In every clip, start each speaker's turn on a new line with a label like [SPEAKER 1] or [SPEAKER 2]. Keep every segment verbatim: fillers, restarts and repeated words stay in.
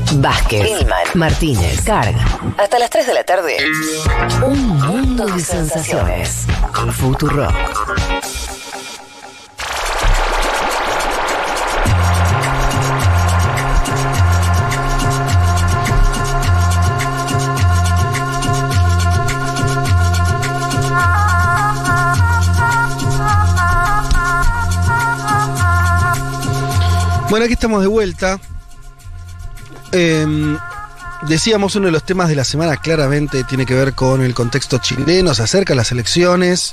[SPEAKER 1] Vázquez, Hillman, Martínez, Carg. Hasta las tres de la tarde. Un mundo de sensaciones. Futurock.
[SPEAKER 2] Bueno, aquí estamos de vuelta. Eh, decíamos, uno de los temas de la semana claramente tiene que ver con el contexto chileno. Se acercan las elecciones.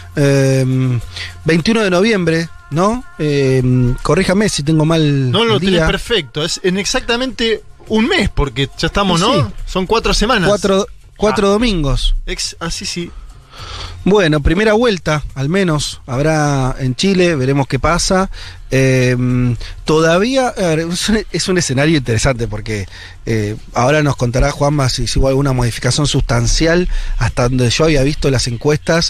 [SPEAKER 2] Eh, veintiuno de noviembre, ¿no? Eh, corríjame si tengo mal.
[SPEAKER 3] No, lo
[SPEAKER 2] día.
[SPEAKER 3] tenés perfecto. Es en exactamente un mes, porque ya estamos, ¿no? Sí. Son cuatro semanas.
[SPEAKER 2] Cuatro, cuatro ah. domingos.
[SPEAKER 3] Ex, así sí.
[SPEAKER 2] Bueno, primera vuelta, al menos, habrá en Chile, veremos qué pasa. Eh, todavía es un, es un escenario interesante porque eh, ahora nos contará Juanma si, si hubo alguna modificación sustancial. Hasta donde yo había visto las encuestas,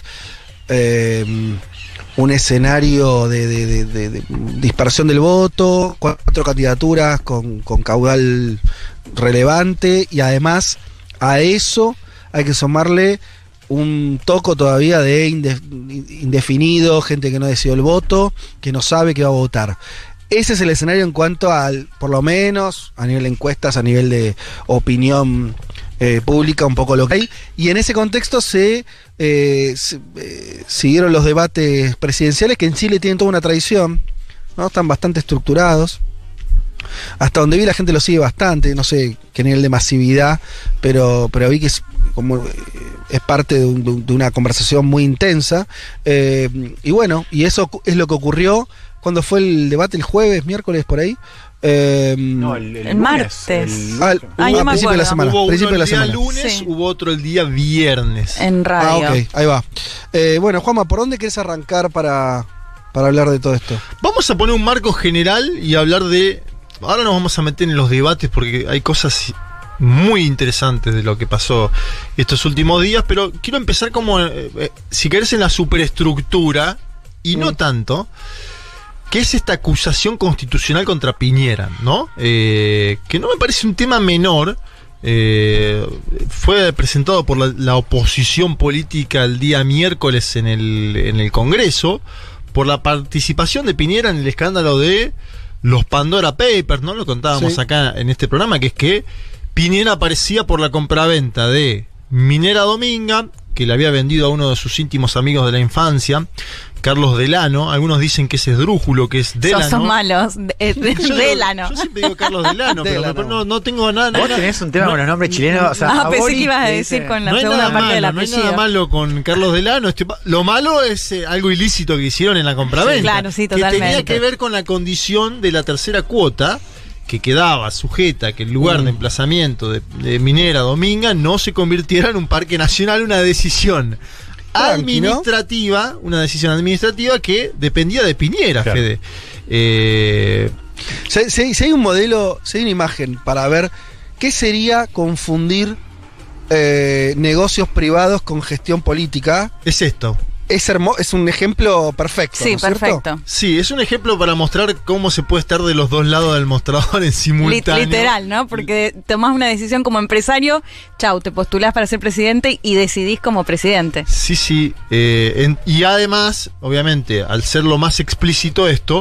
[SPEAKER 2] eh, un escenario de, de, de, de, de dispersión del voto, cuatro candidaturas con, con caudal relevante, y además a eso hay que sumarle un toco todavía de indefinido, gente que no decidió el voto, que no sabe qué va a votar. Ese es el escenario en cuanto al, por lo menos, a nivel de encuestas, a nivel de opinión eh, pública, un poco lo que hay. Y en ese contexto se, eh, se eh, siguieron los debates presidenciales, que en Chile tienen toda una tradición, ¿no? Están bastante estructurados. Hasta donde vi, la gente lo sigue bastante, no sé qué nivel de masividad, pero, pero vi que es como es parte de, un, de una conversación muy intensa. Eh, y bueno, y eso es lo que ocurrió cuando fue el debate, el jueves, miércoles, por ahí. Eh,
[SPEAKER 4] no, el, el,
[SPEAKER 5] el martes.
[SPEAKER 4] El,
[SPEAKER 2] ah, el,
[SPEAKER 5] ah,
[SPEAKER 2] a principio de la semana.
[SPEAKER 3] Hubo
[SPEAKER 2] principio
[SPEAKER 3] uno
[SPEAKER 2] de la
[SPEAKER 3] el día
[SPEAKER 2] semana.
[SPEAKER 3] lunes, sí. Hubo otro el día viernes.
[SPEAKER 5] En radio.
[SPEAKER 2] Ah, ok, ahí va. Eh, bueno, Juanma, ¿por dónde querés arrancar para, para hablar de todo esto?
[SPEAKER 3] Vamos a poner un marco general y hablar de... Ahora nos vamos a meter en los debates porque hay cosas muy interesantes de lo que pasó estos últimos días, pero quiero empezar como, eh, si querés, en la superestructura, y sí. no tanto, que es esta acusación constitucional contra Piñera, ¿no? Eh, que no me parece un tema menor. Eh, fue presentado por la, la oposición política el día miércoles en el, en el Congreso, por la participación de Piñera en el escándalo de los Pandora Papers, ¿no? Lo contábamos sí. acá en este programa, que es que Piñera aparecía por la compraventa de Minera Dominga, que le había vendido a uno de sus íntimos amigos de la infancia, Carlos Delano. Algunos dicen que ese es Drújulo, que es Delano.
[SPEAKER 5] Sos malos, de, de, yo Delano.
[SPEAKER 3] Digo, yo siempre digo Carlos Delano, Delano. pero no, no tengo nada.
[SPEAKER 4] Vos
[SPEAKER 3] nada,
[SPEAKER 4] tenés un tema no, con los nombres chilenos. O sea,
[SPEAKER 5] ah, pensé que ibas a decir dice, con la
[SPEAKER 3] no
[SPEAKER 5] segunda parte
[SPEAKER 3] malo,
[SPEAKER 5] del apellido.
[SPEAKER 3] No hay nada malo con Carlos Delano. Este, lo malo es eh, algo ilícito que hicieron en la compraventa.
[SPEAKER 5] Sí, claro, sí, totalmente.
[SPEAKER 3] Que tenía que ver con la condición de la tercera cuota, que quedaba sujeta a que el lugar mm. de emplazamiento de, de Minera Dominga no se convirtiera en un parque nacional, una decisión administrativa, ¿no? Una decisión administrativa que dependía de Piñera, claro. Fede. Eh,
[SPEAKER 2] si, si, si hay un modelo, si hay una imagen para ver qué sería confundir eh, negocios privados con gestión política,
[SPEAKER 3] es esto.
[SPEAKER 2] Es, hermo- es un ejemplo perfecto.
[SPEAKER 5] Sí,
[SPEAKER 2] ¿no es
[SPEAKER 5] perfecto.
[SPEAKER 2] cierto?
[SPEAKER 3] Sí, es un ejemplo para mostrar cómo se puede estar de los dos lados del mostrador en simultáneo.
[SPEAKER 5] Literal, ¿no? Porque tomás una decisión como empresario, chau, te postulás para ser presidente y decidís como presidente.
[SPEAKER 3] Sí, sí. Eh, en, y además, obviamente, al ser lo más explícito esto,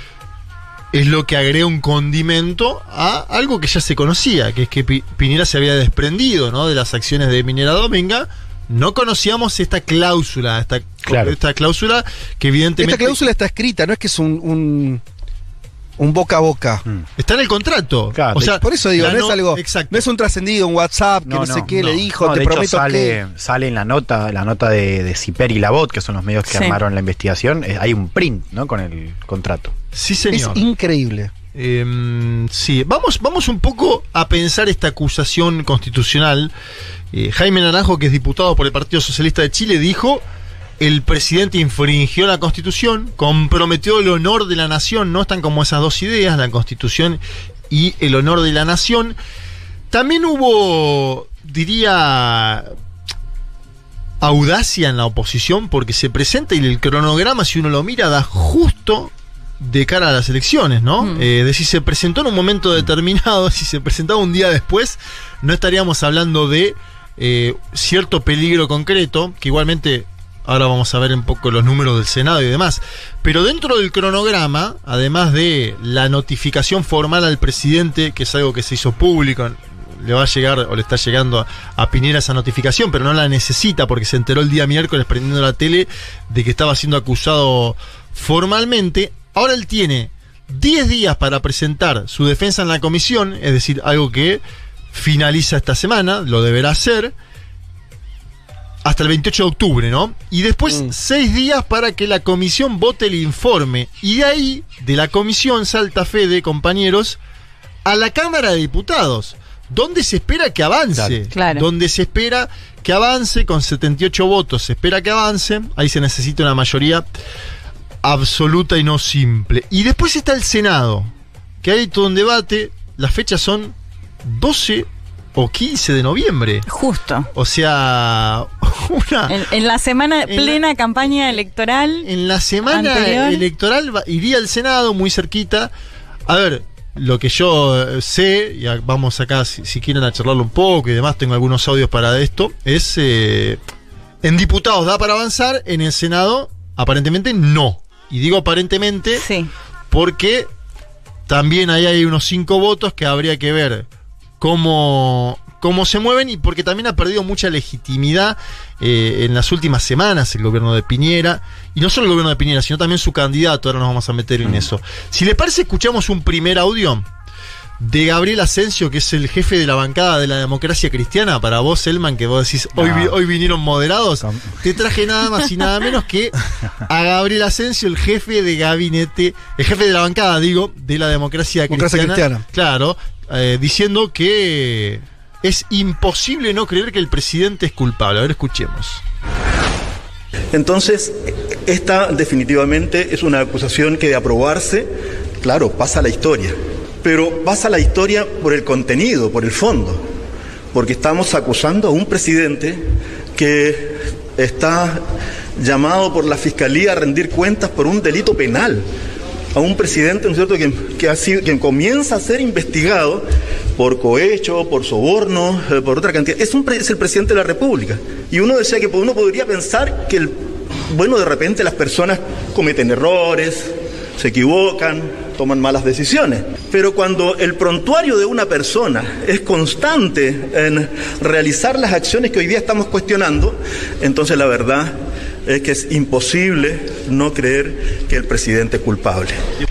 [SPEAKER 3] es lo que agrega un condimento a algo que ya se conocía, que es que Pi- Piñera se había desprendido, ¿no?, de las acciones de Minera Dominga. No conocíamos esta cláusula, esta,
[SPEAKER 4] claro.
[SPEAKER 3] esta cláusula que evidentemente...
[SPEAKER 2] Esta cláusula está escrita, no es que es un, un, un boca a boca.
[SPEAKER 3] Mm. Está en el contrato.
[SPEAKER 2] Claro, o sea, por eso digo, no, no es algo, exacto. No es un trascendido, un WhatsApp, que no, no sé no, qué no. le dijo,
[SPEAKER 4] no,
[SPEAKER 2] te
[SPEAKER 4] de
[SPEAKER 2] prometo
[SPEAKER 4] hecho sale,
[SPEAKER 2] que...
[SPEAKER 4] sale en la nota, la nota de, de Ciper y Labot, que son los medios que sí. armaron la investigación, eh, hay un print, ¿no?, con el contrato.
[SPEAKER 3] Sí, señor.
[SPEAKER 2] Es increíble.
[SPEAKER 3] Eh, sí, vamos, vamos un poco a pensar esta acusación constitucional. Eh, Jaime Naranjo, que es diputado por el Partido Socialista de Chile, dijo: el presidente infringió la Constitución, comprometió el honor de la nación. No están como esas dos ideas, la Constitución y el honor de la nación. También hubo, diría, audacia en la oposición, porque se presenta y el cronograma, si uno lo mira, da justo de cara a las elecciones, ¿no?
[SPEAKER 5] Mm.
[SPEAKER 3] Eh, de si se presentó en un momento determinado, si se presentaba un día después, no estaríamos hablando de eh, cierto peligro concreto, que igualmente ahora vamos a ver un poco los números del Senado y demás. Pero dentro del cronograma, además de la notificación formal al presidente, que es algo que se hizo público, le va a llegar o le está llegando a, a Piñera esa notificación, pero no la necesita porque se enteró el día miércoles prendiendo la tele de que estaba siendo acusado formalmente. Ahora él tiene diez días para presentar su defensa en la comisión, es decir, algo que finaliza esta semana, lo deberá hacer, hasta el veintiocho de octubre, ¿no? Y después mm. seis días para que la comisión vote el informe. Y de ahí, de la comisión, salta Fede, compañeros, a la Cámara de Diputados, donde se espera que avance.
[SPEAKER 5] Claro.
[SPEAKER 3] Donde se espera que avance, con setenta y ocho votos se espera que avance. Ahí se necesita una mayoría absoluta y no simple. Y después está el Senado, que hay todo un debate. Las fechas son doce o quince de noviembre.
[SPEAKER 5] Justo.
[SPEAKER 3] O sea, una...
[SPEAKER 5] En, en la semana
[SPEAKER 3] en
[SPEAKER 5] plena
[SPEAKER 3] la,
[SPEAKER 5] campaña electoral.
[SPEAKER 3] En la semana anterior. electoral va, iría al Senado, muy cerquita. A ver, lo que yo sé, y vamos acá si, si quieren a charlarlo un poco y demás, tengo algunos audios para esto, es... Eh, en diputados da para avanzar, en el Senado aparentemente no. Y digo aparentemente
[SPEAKER 5] sí.
[SPEAKER 3] porque también ahí hay unos cinco votos que habría que ver cómo, cómo se mueven, y porque también ha perdido mucha legitimidad eh, en las últimas semanas el gobierno de Piñera, y no solo el gobierno de Piñera, sino también su candidato. Ahora nos vamos a meter en eso. Si les parece, escuchamos un primer audio de Gabriel Asensio, que es el jefe de la bancada de la Democracia Cristiana. Para vos, Elman, que vos decís, hoy, vi, hoy vinieron moderados, ¿Cómo? Te traje nada más y nada menos que a Gabriel Asensio, el jefe de gabinete, el jefe de la bancada, digo, de la Democracia,
[SPEAKER 2] Democracia
[SPEAKER 3] Cristiana,
[SPEAKER 2] Cristiana.
[SPEAKER 3] Claro, eh, diciendo que es imposible no creer que el presidente es culpable. A ver, escuchemos.
[SPEAKER 6] Entonces, esta definitivamente es una acusación que, de aprobarse, claro, pasa a la historia. Pero pasa a la historia por el contenido, por el fondo, porque estamos acusando a un presidente que está llamado por la Fiscalía a rendir cuentas por un delito penal, a un presidente, ¿no es cierto?, que, que, ha sido, que comienza a ser investigado por cohecho, por soborno, eh, por otra cantidad. Es, un, es el presidente de la República. Y uno decía que uno podría pensar que, el, bueno, de repente las personas cometen errores, se equivocan, toman malas decisiones. Pero cuando el prontuario de una persona es constante en realizar las acciones que hoy día estamos cuestionando, entonces la verdad es que es imposible no creer que el presidente es culpable.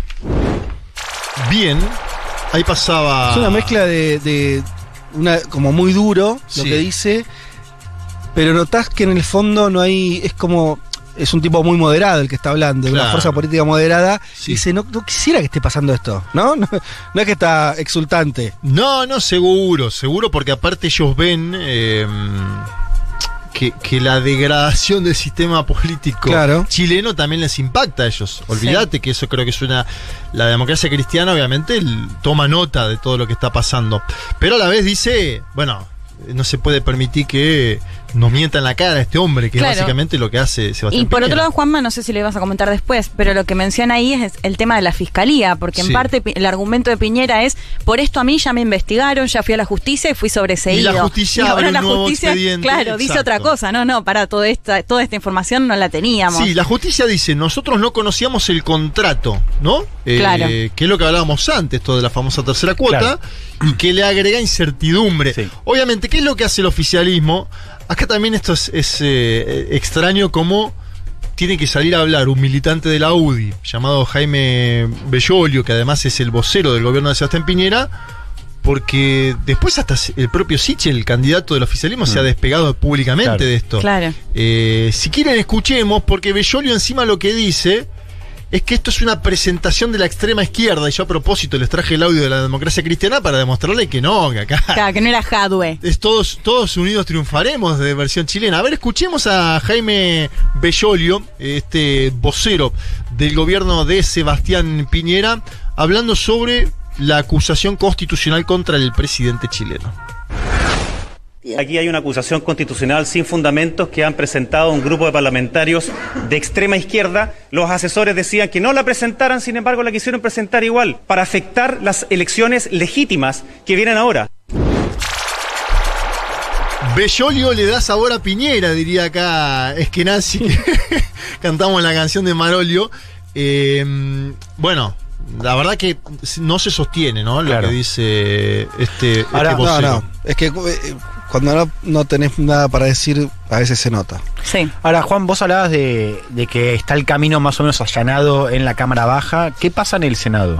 [SPEAKER 3] Bien, ahí pasaba...
[SPEAKER 2] Es una mezcla de, de una como muy duro lo
[SPEAKER 3] sí.
[SPEAKER 2] que dice, pero notás que en el fondo no hay, es como... Es un tipo muy moderado el que está hablando, de
[SPEAKER 3] claro.
[SPEAKER 2] una fuerza política moderada.
[SPEAKER 3] Sí.
[SPEAKER 2] Dice, no, no quisiera que esté pasando esto, ¿no? ¿no? No es que está exultante.
[SPEAKER 3] No, no, seguro, seguro, porque aparte ellos ven eh, que, que la degradación del sistema político
[SPEAKER 2] claro.
[SPEAKER 3] chileno también les impacta a ellos. Olvídate sí. que eso creo que es una... La Democracia Cristiana obviamente el, toma nota de todo lo que está pasando, pero a la vez dice, bueno, no se puede permitir que nos mienta en la cara a este hombre, que claro. es básicamente lo que hace Sebastián
[SPEAKER 5] Y por
[SPEAKER 3] Piñera.
[SPEAKER 5] otro lado, Juanma, no sé si le vas a comentar después, pero lo que menciona ahí es el tema de la fiscalía, porque en sí. parte el argumento de Piñera es, por esto a mí ya me investigaron, ya fui a la justicia y fui sobreseído.
[SPEAKER 3] Y la justicia y abre
[SPEAKER 5] la
[SPEAKER 3] un nuevo
[SPEAKER 5] justicia,
[SPEAKER 3] expediente.
[SPEAKER 5] claro,
[SPEAKER 3] Exacto.
[SPEAKER 5] dice otra cosa. No, no, para toda esta, toda esta información no la teníamos.
[SPEAKER 3] Sí, la justicia dice, nosotros no conocíamos el contrato, ¿no?
[SPEAKER 5] Claro.
[SPEAKER 3] Eh, que es lo que hablábamos antes, esto de la famosa tercera cuota, claro. y que le agrega incertidumbre. Sí. Obviamente, ¿qué es lo que hace el oficialismo? Acá también esto es, es eh, extraño, como tiene que salir a hablar un militante de la U D I llamado Jaime Bellolio, que además es el vocero del gobierno de Sebastián Piñera, porque después hasta el propio Sichel, el candidato del oficialismo, mm. se ha despegado públicamente
[SPEAKER 5] claro.
[SPEAKER 3] de esto.
[SPEAKER 5] Claro.
[SPEAKER 3] Eh, si quieren escuchemos, porque Bellolio encima lo que dice es que esto es una presentación de la extrema izquierda, y yo a propósito les traje el audio de la Democracia Cristiana para demostrarle que no, que acá...
[SPEAKER 5] Claro, que no era Jadwe.
[SPEAKER 3] Es todos, todos unidos triunfaremos de versión chilena. A ver, escuchemos a Jaime Bellolio, este vocero del gobierno de Sebastián Piñera, hablando sobre la acusación constitucional contra el presidente chileno.
[SPEAKER 7] Aquí hay una acusación constitucional sin fundamentos que han presentado un grupo de parlamentarios de extrema izquierda. Los asesores decían que no la presentaran, sin embargo la quisieron presentar igual, para afectar las elecciones legítimas que vienen ahora.
[SPEAKER 3] Bellolio le da sabor a Piñera, diría acá Eskenazi, que cantamos la canción de Marolio. Eh, bueno, la verdad que no se sostiene, ¿no? Lo claro. que dice este,
[SPEAKER 2] Ahora,
[SPEAKER 3] este vocero.
[SPEAKER 2] No, no, es que eh, cuando no, no tenés nada para decir, a veces se nota.
[SPEAKER 5] Sí.
[SPEAKER 4] Ahora, Juan, vos hablabas de, de que está el camino más o menos allanado en la Cámara Baja. ¿Qué pasa en el Senado?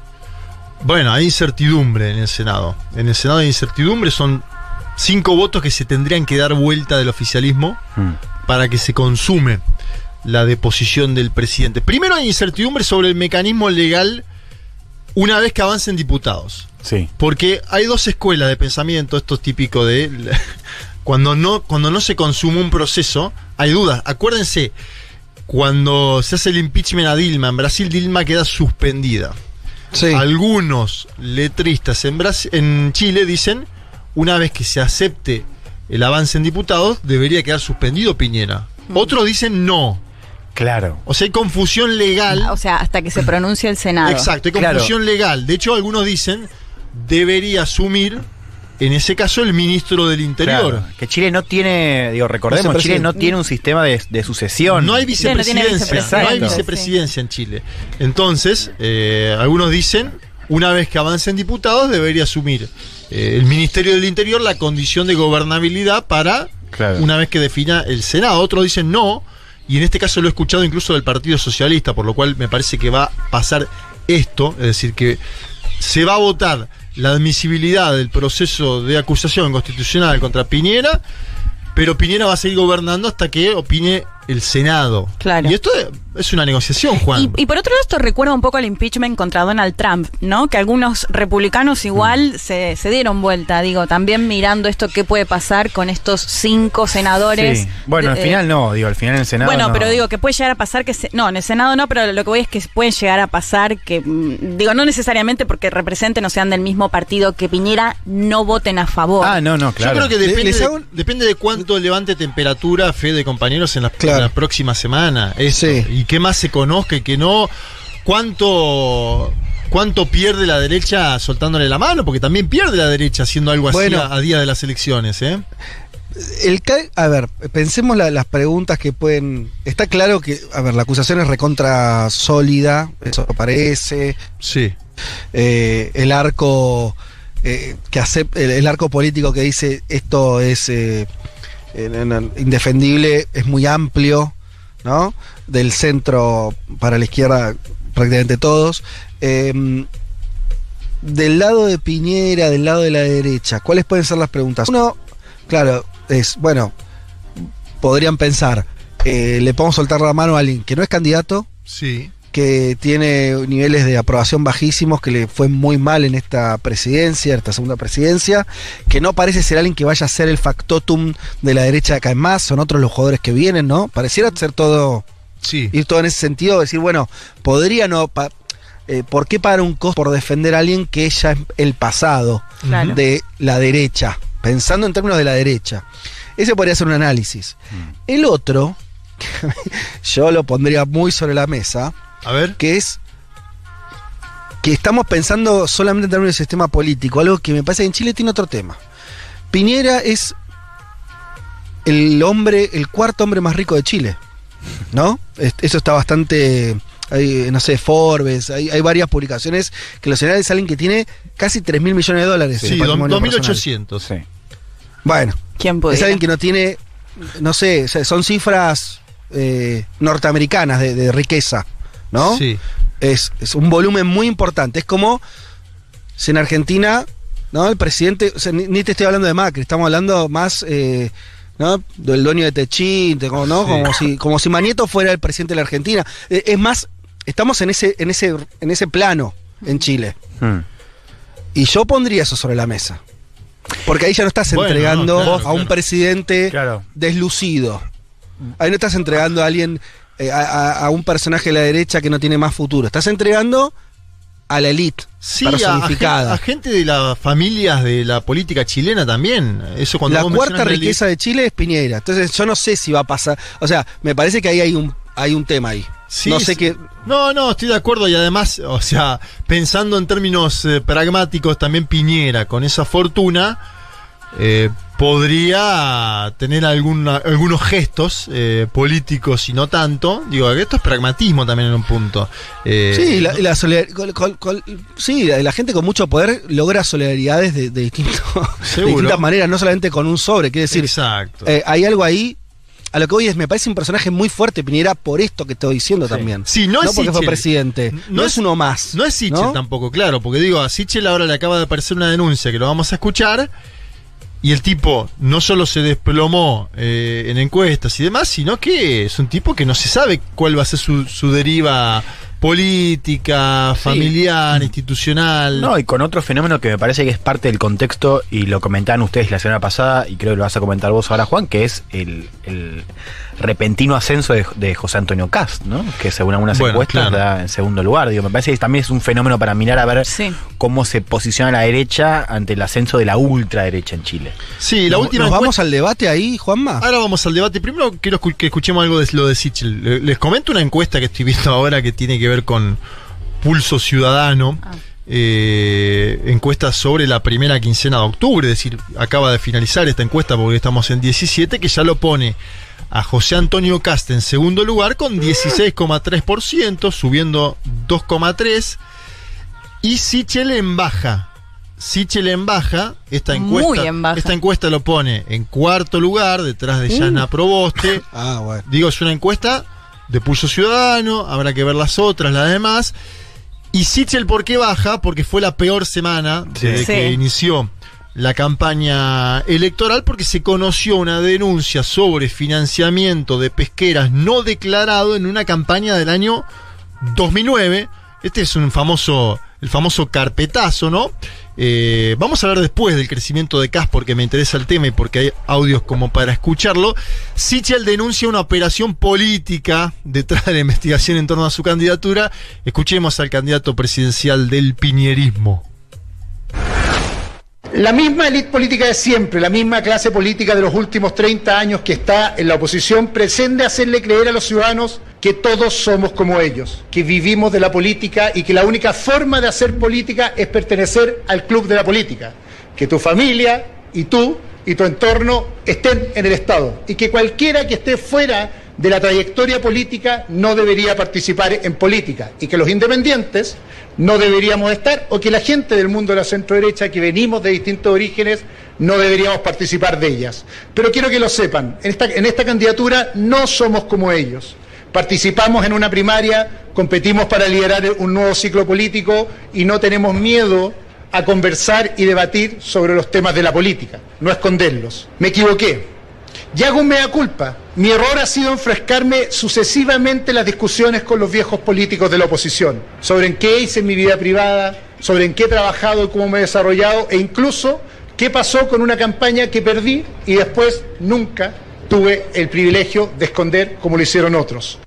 [SPEAKER 3] Bueno, hay incertidumbre en el Senado. En el Senado hay incertidumbre, son cinco votos que se tendrían que dar vuelta del oficialismo hmm. para que se consume la deposición del presidente. Primero hay incertidumbre sobre el mecanismo legal una vez que avancen diputados.
[SPEAKER 4] Sí.
[SPEAKER 3] Porque hay dos escuelas de pensamiento, esto es típico de cuando no, cuando no se consume un proceso, hay dudas. Acuérdense, cuando se hace el impeachment a Dilma, en Brasil Dilma queda suspendida.
[SPEAKER 2] Sí.
[SPEAKER 3] Algunos letristas en, Brasil, en Chile dicen, una vez que se acepte el avance en diputados, debería quedar suspendido Piñera. Mm. Otros dicen no.
[SPEAKER 4] Claro.
[SPEAKER 3] O sea, hay confusión legal.
[SPEAKER 5] O sea, hasta que se pronuncie el Senado.
[SPEAKER 3] Exacto, hay confusión
[SPEAKER 4] claro.
[SPEAKER 3] legal. De hecho, algunos dicen, debería asumir, en ese caso, el ministro del Interior.
[SPEAKER 4] Claro. Que Chile no tiene, digo, recordemos, Chile no tiene un sistema de, de sucesión.
[SPEAKER 3] No hay vicepresidencia.
[SPEAKER 5] No, vicepresidencia.
[SPEAKER 3] No hay vicepresidencia sí. en Chile. Entonces, eh, algunos dicen, una vez que avancen diputados, debería asumir eh, el Ministerio del Interior la condición de gobernabilidad para, claro. una vez que defina el Senado. Otros dicen no. Y en este caso lo he escuchado incluso del Partido Socialista, por lo cual me parece que va a pasar esto, es decir, que se va a votar la admisibilidad del proceso de acusación constitucional contra Piñera, pero Piñera va a seguir gobernando hasta que opine el Senado.
[SPEAKER 5] Claro.
[SPEAKER 3] Y esto es una negociación, Juan.
[SPEAKER 5] Y, y por otro lado, esto recuerda un poco al impeachment contra Donald Trump, ¿no? Que algunos republicanos igual mm. se, se dieron vuelta, digo, también mirando esto, qué puede pasar con estos cinco senadores.
[SPEAKER 4] Sí. Bueno,
[SPEAKER 5] de,
[SPEAKER 4] al final no, digo, al final en el Senado
[SPEAKER 5] Bueno,
[SPEAKER 4] no.
[SPEAKER 5] pero digo, que puede llegar a pasar que... Se, no, en el Senado no, pero lo que voy es que pueden llegar a pasar que, digo, no necesariamente porque representen o sean del mismo partido, que Piñera no voten a favor.
[SPEAKER 4] Ah, no, no, claro.
[SPEAKER 3] Yo creo que depende,
[SPEAKER 2] ¿Les hago?
[SPEAKER 3] de, depende de cuánto levante temperatura, Fede, compañeros, en la,
[SPEAKER 2] claro.
[SPEAKER 3] en la próxima semana. Eso.
[SPEAKER 2] Sí.
[SPEAKER 3] Y qué más se conozca y que no. ¿Cuánto, ¿Cuánto pierde la derecha soltándole la mano? Porque también pierde la derecha haciendo algo así
[SPEAKER 2] bueno,
[SPEAKER 3] a, a día de las elecciones, ¿eh?
[SPEAKER 2] El, a ver, pensemos la, las preguntas que pueden... Está claro que, a ver, la acusación es recontra sólida, eso parece.
[SPEAKER 3] Sí.
[SPEAKER 2] Eh, el arco eh, que acepta, el, el arco político que dice esto es eh, eh, indefendible es muy amplio, ¿no? Del centro para la izquierda prácticamente todos. Eh, del lado de Piñera, del lado de la derecha, ¿cuáles pueden ser las preguntas? Uno, claro, es, bueno, podrían pensar, eh, le podemos soltar la mano a alguien que no es candidato,
[SPEAKER 3] sí,
[SPEAKER 2] que tiene niveles de aprobación bajísimos, que le fue muy mal en esta presidencia, en esta segunda presidencia, que no parece ser alguien que vaya a ser el factotum de la derecha de acá en más, son otros los jugadores que vienen, ¿no? Pareciera ser todo,
[SPEAKER 3] sí.
[SPEAKER 2] ir todo en ese sentido, decir, bueno, podría no... Pa, eh, ¿por qué pagar un costo por defender a alguien que ya es el pasado claro. de la derecha? Pensando en términos de la derecha. Ese podría ser un análisis. Mm. El otro, yo lo pondría muy sobre la mesa,
[SPEAKER 3] a ver,
[SPEAKER 2] que es que estamos pensando solamente en términos de sistema político, algo que me parece que en Chile tiene otro tema. Piñera es el hombre, el cuarto hombre más rico de Chile, ¿no? Eso está bastante, hay, no sé, Forbes, hay, hay varias publicaciones que los señalan, es alguien que tiene casi tres mil millones de dólares.
[SPEAKER 3] Sí, dos mil ochocientos.
[SPEAKER 2] Sí. Bueno,
[SPEAKER 5] ¿quién puede?
[SPEAKER 2] Es alguien que no tiene, no sé, son cifras eh, norteamericanas de, de riqueza, ¿no?
[SPEAKER 3] Sí.
[SPEAKER 2] Es, es un volumen muy importante. Es como si en Argentina, ¿no? El presidente, o sea, ni, ni te estoy hablando de Macri, estamos hablando más, eh, ¿no? Del dueño de Techín, ¿no? Sí. Como si, como si Manieto fuera el presidente de la Argentina. Eh, es más, estamos en ese, en ese, en ese plano en Chile. Hmm. Y yo pondría eso sobre la mesa. Porque ahí ya no estás bueno, entregando no, claro, a un claro. presidente claro. deslucido. Ahí no estás entregando a alguien, eh, a, a un personaje de la derecha que no tiene más futuro. Estás entregando a la élite
[SPEAKER 3] Sí,
[SPEAKER 2] personificada.
[SPEAKER 3] A, a gente de las familias de la política chilena también. Eso cuando
[SPEAKER 2] La
[SPEAKER 3] vos
[SPEAKER 2] cuarta
[SPEAKER 3] mencionás la
[SPEAKER 2] riqueza de Chile es Piñera. Entonces yo no sé si va a pasar. O sea, me parece que ahí hay un, hay un tema ahí.
[SPEAKER 3] Sí,
[SPEAKER 2] no sé
[SPEAKER 3] sí.
[SPEAKER 2] qué.
[SPEAKER 3] No, no, estoy de acuerdo y además, o sea, pensando en términos eh, pragmáticos, también Piñera con esa fortuna eh, podría tener alguna, algunos gestos eh, políticos y no tanto. Digo, esto es pragmatismo también en un punto. Eh,
[SPEAKER 2] Sí, la, la solidar- col- col- col- sí, la, la gente con mucho poder logra solidaridades de, de, distinto- de
[SPEAKER 3] Seguro.
[SPEAKER 2] distintas maneras, no solamente con un sobre. Quiere decir,
[SPEAKER 3] Exacto.
[SPEAKER 2] eh, hay algo ahí. A lo que voy es, me parece un personaje muy fuerte, Piñera, por esto que estoy diciendo
[SPEAKER 3] Sí.
[SPEAKER 2] también.
[SPEAKER 3] Sí, no es
[SPEAKER 2] porque fue
[SPEAKER 3] Sichel.
[SPEAKER 2] presidente. No,
[SPEAKER 3] No
[SPEAKER 2] es
[SPEAKER 3] es-
[SPEAKER 2] uno más.
[SPEAKER 3] No es Sichel
[SPEAKER 2] ¿no?
[SPEAKER 3] tampoco, claro, porque digo, a Sichel ahora le acaba de aparecer una denuncia que lo vamos a escuchar y el tipo no solo se desplomó eh, en encuestas y demás, sino que es un tipo que no se sabe cuál va a ser su, su deriva política, familiar, institucional.
[SPEAKER 4] No, y con otro fenómeno que me parece que es parte del contexto, y lo comentaban ustedes la semana pasada, y creo que lo vas a comentar vos ahora, Juan, que es el, el repentino ascenso de, de José Antonio Cast, ¿no? Que según algunas
[SPEAKER 3] Bueno,
[SPEAKER 4] encuestas
[SPEAKER 3] claro.
[SPEAKER 4] da en segundo lugar. Digo, me parece que también es un fenómeno para mirar a ver
[SPEAKER 5] Sí.
[SPEAKER 4] cómo se posiciona la derecha ante el ascenso de la ultraderecha en Chile.
[SPEAKER 3] Sí, la
[SPEAKER 2] Nos-
[SPEAKER 3] última
[SPEAKER 2] ¿Nos
[SPEAKER 3] encuesta-
[SPEAKER 2] vamos al debate ahí, Juanma?
[SPEAKER 3] Ahora vamos al debate. Primero quiero escu- que escuchemos algo de lo de Sichel. Le- Les comento una encuesta que estoy viendo ahora que tiene que ver con Pulso Ciudadano.
[SPEAKER 5] Ah.
[SPEAKER 3] Eh, encuesta sobre la primera quincena de octubre, es decir, acaba de finalizar esta encuesta porque estamos en diecisiete, que ya lo pone a José Antonio Cast en segundo lugar con dieciséis coma tres por ciento, subiendo dos coma tres por ciento, y Sichel en baja. Sichel en baja, esta
[SPEAKER 5] Muy
[SPEAKER 3] encuesta,
[SPEAKER 5] en baja.
[SPEAKER 3] esta encuesta lo pone en cuarto lugar, detrás de
[SPEAKER 5] Uh.
[SPEAKER 3] Yana Proboste.
[SPEAKER 2] Ah, bueno.
[SPEAKER 3] Digo, es una encuesta de Pulso Ciudadano, habrá que ver las otras, las demás. Y Sichel, ¿por qué baja? Porque fue la peor semana desde
[SPEAKER 5] Sí.
[SPEAKER 3] que
[SPEAKER 5] Sí.
[SPEAKER 3] inició la campaña electoral, porque se conoció una denuncia sobre financiamiento de pesqueras no declarado en una campaña del año dos mil nueve. Este es un famoso, el famoso carpetazo, ¿no? Eh, vamos a hablar después del crecimiento de Cast porque me interesa el tema y porque hay audios como para escucharlo. Sichel denuncia una operación política detrás de la investigación en torno a su candidatura. Escuchemos al candidato presidencial del piñerismo.
[SPEAKER 8] La misma élite política de siempre, la misma clase política de los últimos treinta años que está en la oposición, pretende hacerle creer a los ciudadanos que todos somos como ellos, que vivimos de la política y que la única forma de hacer política es pertenecer al club de la política, que tu familia y tú y tu entorno estén en el Estado y que cualquiera que esté fuera de la trayectoria política no debería participar en política y que los independientes no deberíamos estar, o que la gente del mundo de la centroderecha que venimos de distintos orígenes no deberíamos participar de ellas. Pero quiero que lo sepan, en esta, en esta candidatura no somos como ellos. Participamos en una primaria, competimos para liderar un nuevo ciclo político y no tenemos miedo a conversar y debatir sobre los temas de la política, no esconderlos. Me equivoqué. Y hago un mea culpa. Mi error ha sido enfrescarme sucesivamente las discusiones con los viejos políticos de la oposición, sobre en qué hice en mi vida privada, sobre en qué he trabajado y cómo me he desarrollado, e incluso qué pasó con una campaña que perdí y después nunca tuve el privilegio de esconder como lo hicieron otros.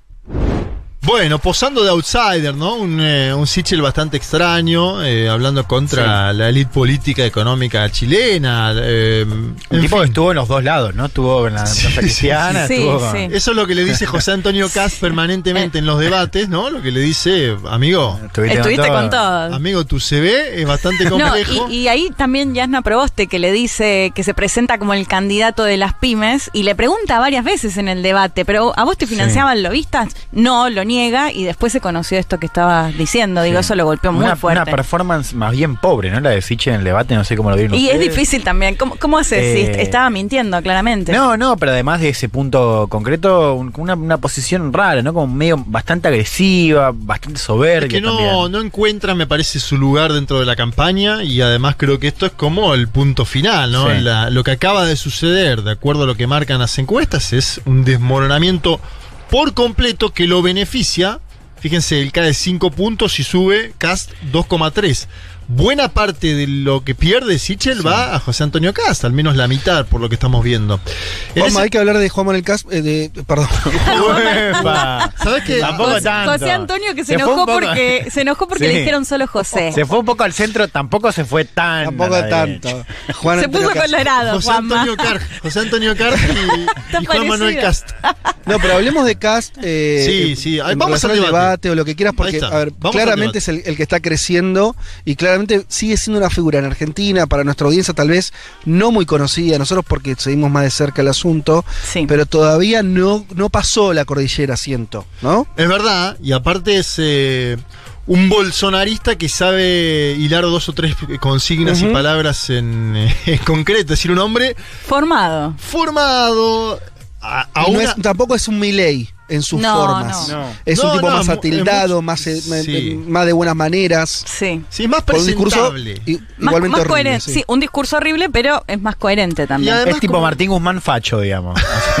[SPEAKER 3] Bueno, posando de outsider, ¿no? Un, eh, un Sichel bastante extraño, eh, hablando contra la élite política económica chilena. Eh,
[SPEAKER 4] Un
[SPEAKER 3] en
[SPEAKER 4] tipo
[SPEAKER 3] fin.
[SPEAKER 4] que estuvo en los dos lados, ¿no? Estuvo en la
[SPEAKER 3] Sí,
[SPEAKER 4] democracia
[SPEAKER 3] sí,
[SPEAKER 4] cristiana,
[SPEAKER 5] sí.
[SPEAKER 4] estuvo
[SPEAKER 5] Sí,
[SPEAKER 4] con-
[SPEAKER 5] sí.
[SPEAKER 3] Eso es lo que le dice José Antonio Cast permanentemente en los debates, ¿no? Lo que le dice, amigo,
[SPEAKER 5] Estuviste con todo.
[SPEAKER 3] amigo, tu C V es bastante
[SPEAKER 5] No,
[SPEAKER 3] complejo.
[SPEAKER 5] y, y ahí también Yasna Proboste, que le dice que se presenta como el candidato de las pymes y le pregunta varias veces en el debate, pero ¿a vos te financiaban lobistas? No, lo niega y después se conoció esto que estabas diciendo. Digo, eso lo golpeó muy
[SPEAKER 4] una,
[SPEAKER 5] fuerte.
[SPEAKER 4] Una performance más bien pobre, ¿no? La de Sichel en el debate, no sé cómo lo vieron
[SPEAKER 5] Y es
[SPEAKER 4] ustedes.
[SPEAKER 5] difícil también. ¿Cómo, cómo haces?
[SPEAKER 4] Eh,
[SPEAKER 5] si estaba mintiendo, claramente.
[SPEAKER 4] No, no, pero además de ese punto concreto, un- una, una posición rara, ¿no? Como medio bastante agresiva, bastante soberbia
[SPEAKER 3] Es que no,
[SPEAKER 4] también.
[SPEAKER 3] no encuentra, me parece, su lugar dentro de la campaña y además creo que esto es como el punto final, ¿no?
[SPEAKER 4] Sí.
[SPEAKER 3] La- lo que acaba de suceder, de acuerdo a lo que marcan las encuestas, es un desmoronamiento por completo que lo beneficia. Fíjense, él cae cinco puntos y sube Cast dos coma tres. buena parte de lo que pierde Sichel sí. va a José Antonio Cast, al menos la mitad, por lo que estamos viendo.
[SPEAKER 2] Juanma,
[SPEAKER 3] ese...
[SPEAKER 2] hay que hablar de Juan Manuel Cast, eh, de, perdón.
[SPEAKER 3] ¿Sabes qué?
[SPEAKER 4] Tampoco
[SPEAKER 5] José,
[SPEAKER 4] tanto.
[SPEAKER 5] José Antonio que se,
[SPEAKER 4] se
[SPEAKER 5] enojó
[SPEAKER 4] poco...
[SPEAKER 5] porque se enojó porque
[SPEAKER 4] sí.
[SPEAKER 5] le dijeron solo José.
[SPEAKER 4] Se fue un poco al centro, tampoco se fue tan.
[SPEAKER 2] Tampoco tanto. Juan
[SPEAKER 5] se
[SPEAKER 2] Antonio
[SPEAKER 5] puso
[SPEAKER 2] Cast.
[SPEAKER 5] colorado,
[SPEAKER 3] José
[SPEAKER 5] Juanma.
[SPEAKER 3] Antonio Carr, José Antonio Carr y, y Juan Manuel Cast.
[SPEAKER 2] No, pero hablemos de Cast. Eh,
[SPEAKER 3] sí, sí.
[SPEAKER 2] En
[SPEAKER 3] Vamos al
[SPEAKER 2] debate.
[SPEAKER 3] debate
[SPEAKER 2] o lo que quieras, porque a ver, claramente es el, el que está creciendo y claramente sigue siendo una figura en Argentina, para nuestra audiencia tal vez no muy conocida, nosotros porque seguimos más de cerca el asunto,
[SPEAKER 5] sí.
[SPEAKER 2] pero todavía no, no pasó la cordillera, siento, ¿no?
[SPEAKER 3] Es verdad, y aparte es eh, un bolsonarista que sabe hilar dos o tres consignas uh-huh. y palabras en, eh, en concreto, es decir, un hombre
[SPEAKER 5] formado.
[SPEAKER 3] Formado. A, a
[SPEAKER 2] no
[SPEAKER 3] una...
[SPEAKER 2] es, tampoco es un Milei en sus
[SPEAKER 5] no,
[SPEAKER 2] formas.
[SPEAKER 5] No.
[SPEAKER 2] Es
[SPEAKER 3] no,
[SPEAKER 2] un tipo
[SPEAKER 3] no,
[SPEAKER 2] más atildado,
[SPEAKER 3] mucho,
[SPEAKER 2] más,
[SPEAKER 3] sí.
[SPEAKER 2] más de buenas maneras.
[SPEAKER 5] Sí.
[SPEAKER 3] Sí, más presentable.
[SPEAKER 2] Y,
[SPEAKER 5] más,
[SPEAKER 2] igualmente
[SPEAKER 5] más
[SPEAKER 2] horrible,
[SPEAKER 5] coherente. Sí. sí, un discurso horrible, pero es más coherente también.
[SPEAKER 4] Es tipo como... Martín Guzmán facho, digamos.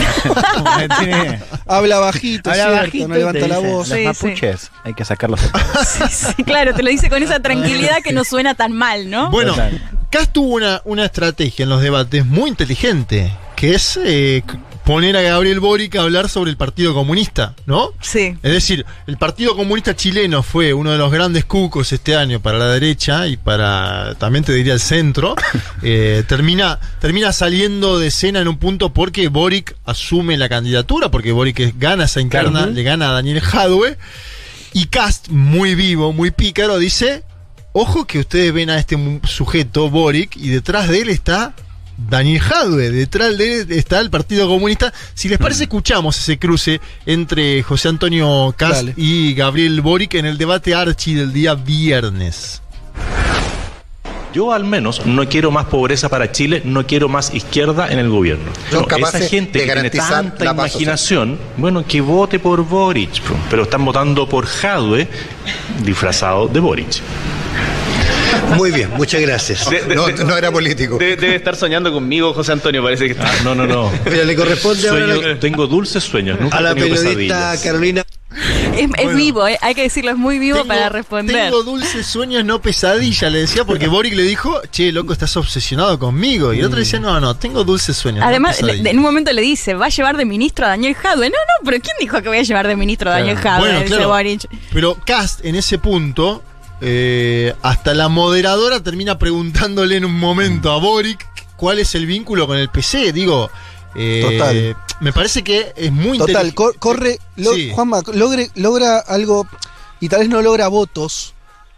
[SPEAKER 2] Habla bajito,
[SPEAKER 4] Habla
[SPEAKER 2] cierto,
[SPEAKER 4] bajito,
[SPEAKER 2] no levanta la
[SPEAKER 4] dice,
[SPEAKER 2] voz.
[SPEAKER 4] Los
[SPEAKER 5] sí,
[SPEAKER 4] mapuches,
[SPEAKER 5] sí.
[SPEAKER 4] hay que sacarlos.
[SPEAKER 5] sí, sí, claro, te lo dice con esa tranquilidad que no suena tan mal, ¿no?
[SPEAKER 3] Bueno, Cast tuvo una, una estrategia en los debates muy inteligente, que es eh, poner a Gabriel Boric a hablar sobre el Partido Comunista, ¿no?
[SPEAKER 5] Sí.
[SPEAKER 3] Es decir, el Partido Comunista chileno fue uno de los grandes cucos este año para la derecha y para, también te diría, el centro. eh, termina, termina saliendo de escena en un punto porque Boric asume la candidatura, porque Boric gana esa interna, uh-huh. le gana a Daniel Jadwe. Y Cast, muy vivo, muy pícaro, dice: ojo que ustedes ven a este sujeto, Boric, y detrás de él está Daniel Jadwe, detrás de él está el Partido Comunista. Si les parece, escuchamos ese cruce entre José Antonio Cast Dale. y Gabriel Boric en el debate Archi del día viernes.
[SPEAKER 9] Yo al menos no quiero más pobreza para Chile, no quiero más izquierda en el gobierno.
[SPEAKER 10] Son
[SPEAKER 9] no, esa gente que tiene tanta imaginación, bueno, que vote por Boric, pero están votando por Jadwe disfrazado de Boric.
[SPEAKER 10] Muy bien, muchas gracias. De, de, no, de, no era político.
[SPEAKER 9] De, debe estar soñando conmigo, José Antonio, parece que está. Ah, no, no, no.
[SPEAKER 10] Pero le corresponde
[SPEAKER 9] Sueño,
[SPEAKER 10] ahora la...
[SPEAKER 9] Tengo dulces sueños, nunca
[SPEAKER 10] a la
[SPEAKER 9] he tenido
[SPEAKER 10] periodista
[SPEAKER 9] pesadillas.
[SPEAKER 10] Carolina.
[SPEAKER 5] Es, es bueno, vivo, eh, hay que decirlo, es muy vivo
[SPEAKER 3] tengo,
[SPEAKER 5] para responder.
[SPEAKER 3] Tengo dulces sueños, no pesadilla, le decía, porque Boric le dijo: che, loco, estás obsesionado conmigo. Y el otro decía: no, no, tengo dulces sueños.
[SPEAKER 5] Además,
[SPEAKER 3] no
[SPEAKER 5] le, en un momento le dice: va a llevar de ministro a Daniel Jadwe. No, no, pero ¿quién dijo que voy a llevar de ministro a Daniel Jadwe?
[SPEAKER 3] Bueno,
[SPEAKER 5] dice
[SPEAKER 3] claro,
[SPEAKER 5] Boric.
[SPEAKER 3] Pero Cast, en ese punto, eh, hasta la moderadora termina preguntándole en un momento a Boric cuál es el vínculo con el P C. Digo, eh,
[SPEAKER 2] Total.
[SPEAKER 3] me parece que es muy
[SPEAKER 2] Total, cor- corre, lo, sí. Juanma, logre, logra algo, y tal vez no logra votos,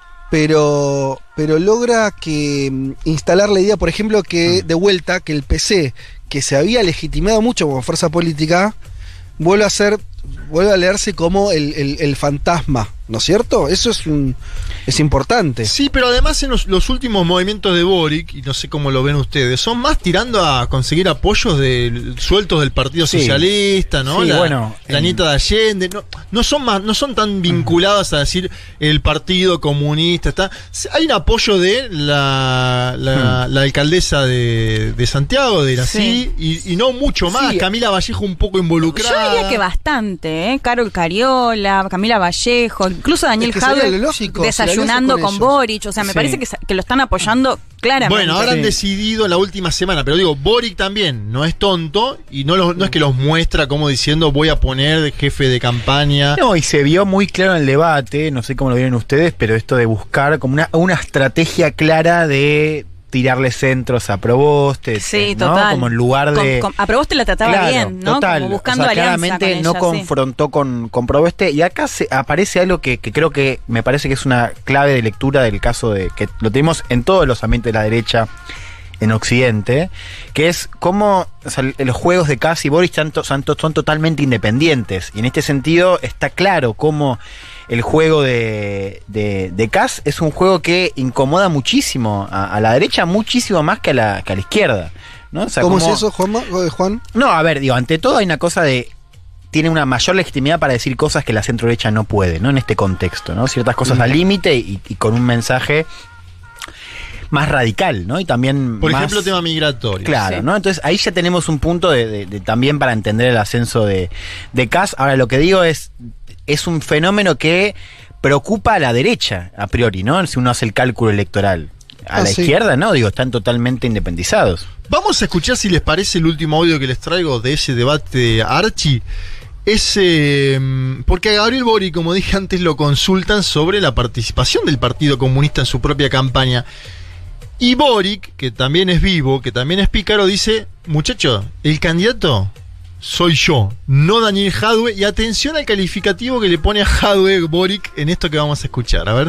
[SPEAKER 2] pero, pero logra que mm, instalar la idea, por ejemplo, que de vuelta, que el P C, que se había legitimado mucho como fuerza política, vuelve a ser, vuelve a leerse como el, el, el fantasma, ¿no es cierto? Eso es un, es importante.
[SPEAKER 3] Sí, pero además en los, los últimos movimientos de Boric, y no sé cómo lo ven ustedes, son más tirando a conseguir apoyos de, sueltos del Partido sí. Socialista, ¿no?
[SPEAKER 4] Sí,
[SPEAKER 3] la,
[SPEAKER 4] bueno,
[SPEAKER 3] la nieta de Allende, no, no son más, no son tan vinculadas a decir el Partido Comunista. Está, hay un apoyo de la, la, hmm. la alcaldesa de, de Santiago, de la sí. C I, y, y no mucho más. Sí. Camila Vallejo un poco involucrada.
[SPEAKER 5] Yo diría que bastante, ¿eh? Carol Cariola, Camila Vallejo, incluso Daniel es que Jadwe desayunando con, con Boric, o sea, me sí. parece que, que lo están apoyando claramente.
[SPEAKER 3] Bueno, ahora sí. han decidido en la última semana, pero digo, Boric también no es tonto y no, lo, no es que los muestra como diciendo voy a poner jefe de campaña.
[SPEAKER 4] No, y se vio muy claro en el debate, no sé cómo lo vieron ustedes, pero esto de buscar como una, una estrategia clara de tirarle centros a Proboste,
[SPEAKER 5] sí,
[SPEAKER 4] ¿no?
[SPEAKER 5] Total.
[SPEAKER 4] Como en lugar de...
[SPEAKER 5] Con, con, a Proboste la trataba
[SPEAKER 4] claro,
[SPEAKER 5] bien, ¿no?
[SPEAKER 4] Total.
[SPEAKER 5] Como buscando
[SPEAKER 4] o sea,
[SPEAKER 5] alianza
[SPEAKER 4] claramente
[SPEAKER 5] con
[SPEAKER 4] no
[SPEAKER 5] ella,
[SPEAKER 4] confrontó
[SPEAKER 5] sí.
[SPEAKER 4] con, con Proboste, y acá se aparece algo que, que creo que me parece que es una clave de lectura del caso de que lo tenemos en todos los ambientes de la derecha en Occidente, que es cómo o sea, los juegos de Cast y Boric son, son, son totalmente independientes, y en este sentido está claro cómo el juego de, de, de Cast es un juego que incomoda muchísimo a, a la derecha, muchísimo más que a la, que a la izquierda, ¿no? O sea,
[SPEAKER 2] ¿Cómo
[SPEAKER 4] como,
[SPEAKER 2] es eso, Juan? Juan?
[SPEAKER 4] No, a ver, digo, ante todo hay una cosa de... tiene una mayor legitimidad para decir cosas que la centro derecha no puede, ¿no? En este contexto, ¿no? Ciertas cosas mm. al límite y, y con un mensaje más radical, ¿no? Y también
[SPEAKER 3] por
[SPEAKER 4] más,
[SPEAKER 3] ejemplo, tema migratorio.
[SPEAKER 4] Claro,
[SPEAKER 5] sí.
[SPEAKER 4] ¿no? Entonces ahí ya tenemos un punto de, de, de también para entender el ascenso de, de Cast. Ahora lo que digo es, es un fenómeno que preocupa a la derecha, a priori, ¿no? Si uno hace el cálculo electoral. A
[SPEAKER 2] Ah,
[SPEAKER 4] la
[SPEAKER 2] sí.
[SPEAKER 4] izquierda, no, digo, están totalmente independizados.
[SPEAKER 3] Vamos a escuchar, si les parece, el último audio que les traigo de ese debate de Archi. Es eh, porque a Gabriel Boric, como dije antes, lo consultan sobre la participación del Partido Comunista en su propia campaña. Y Boric, que también es vivo, que también es pícaro, dice: muchacho, el candidato soy yo, no Daniel Jadwe. Y atención al calificativo que le pone a Jadwe Boric en esto que vamos a escuchar. A ver.